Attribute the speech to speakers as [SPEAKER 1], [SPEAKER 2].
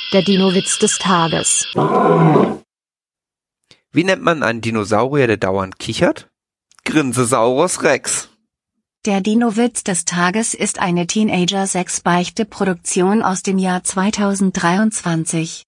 [SPEAKER 1] Der Dino-Witz des Tages.
[SPEAKER 2] Wie nennt man einen Dinosaurier, der dauernd kichert? Grinsesaurus Rex.
[SPEAKER 3] Der Dino-Witz des Tages ist eine Teenager-6-Beichte-Produktion aus dem Jahr 2023.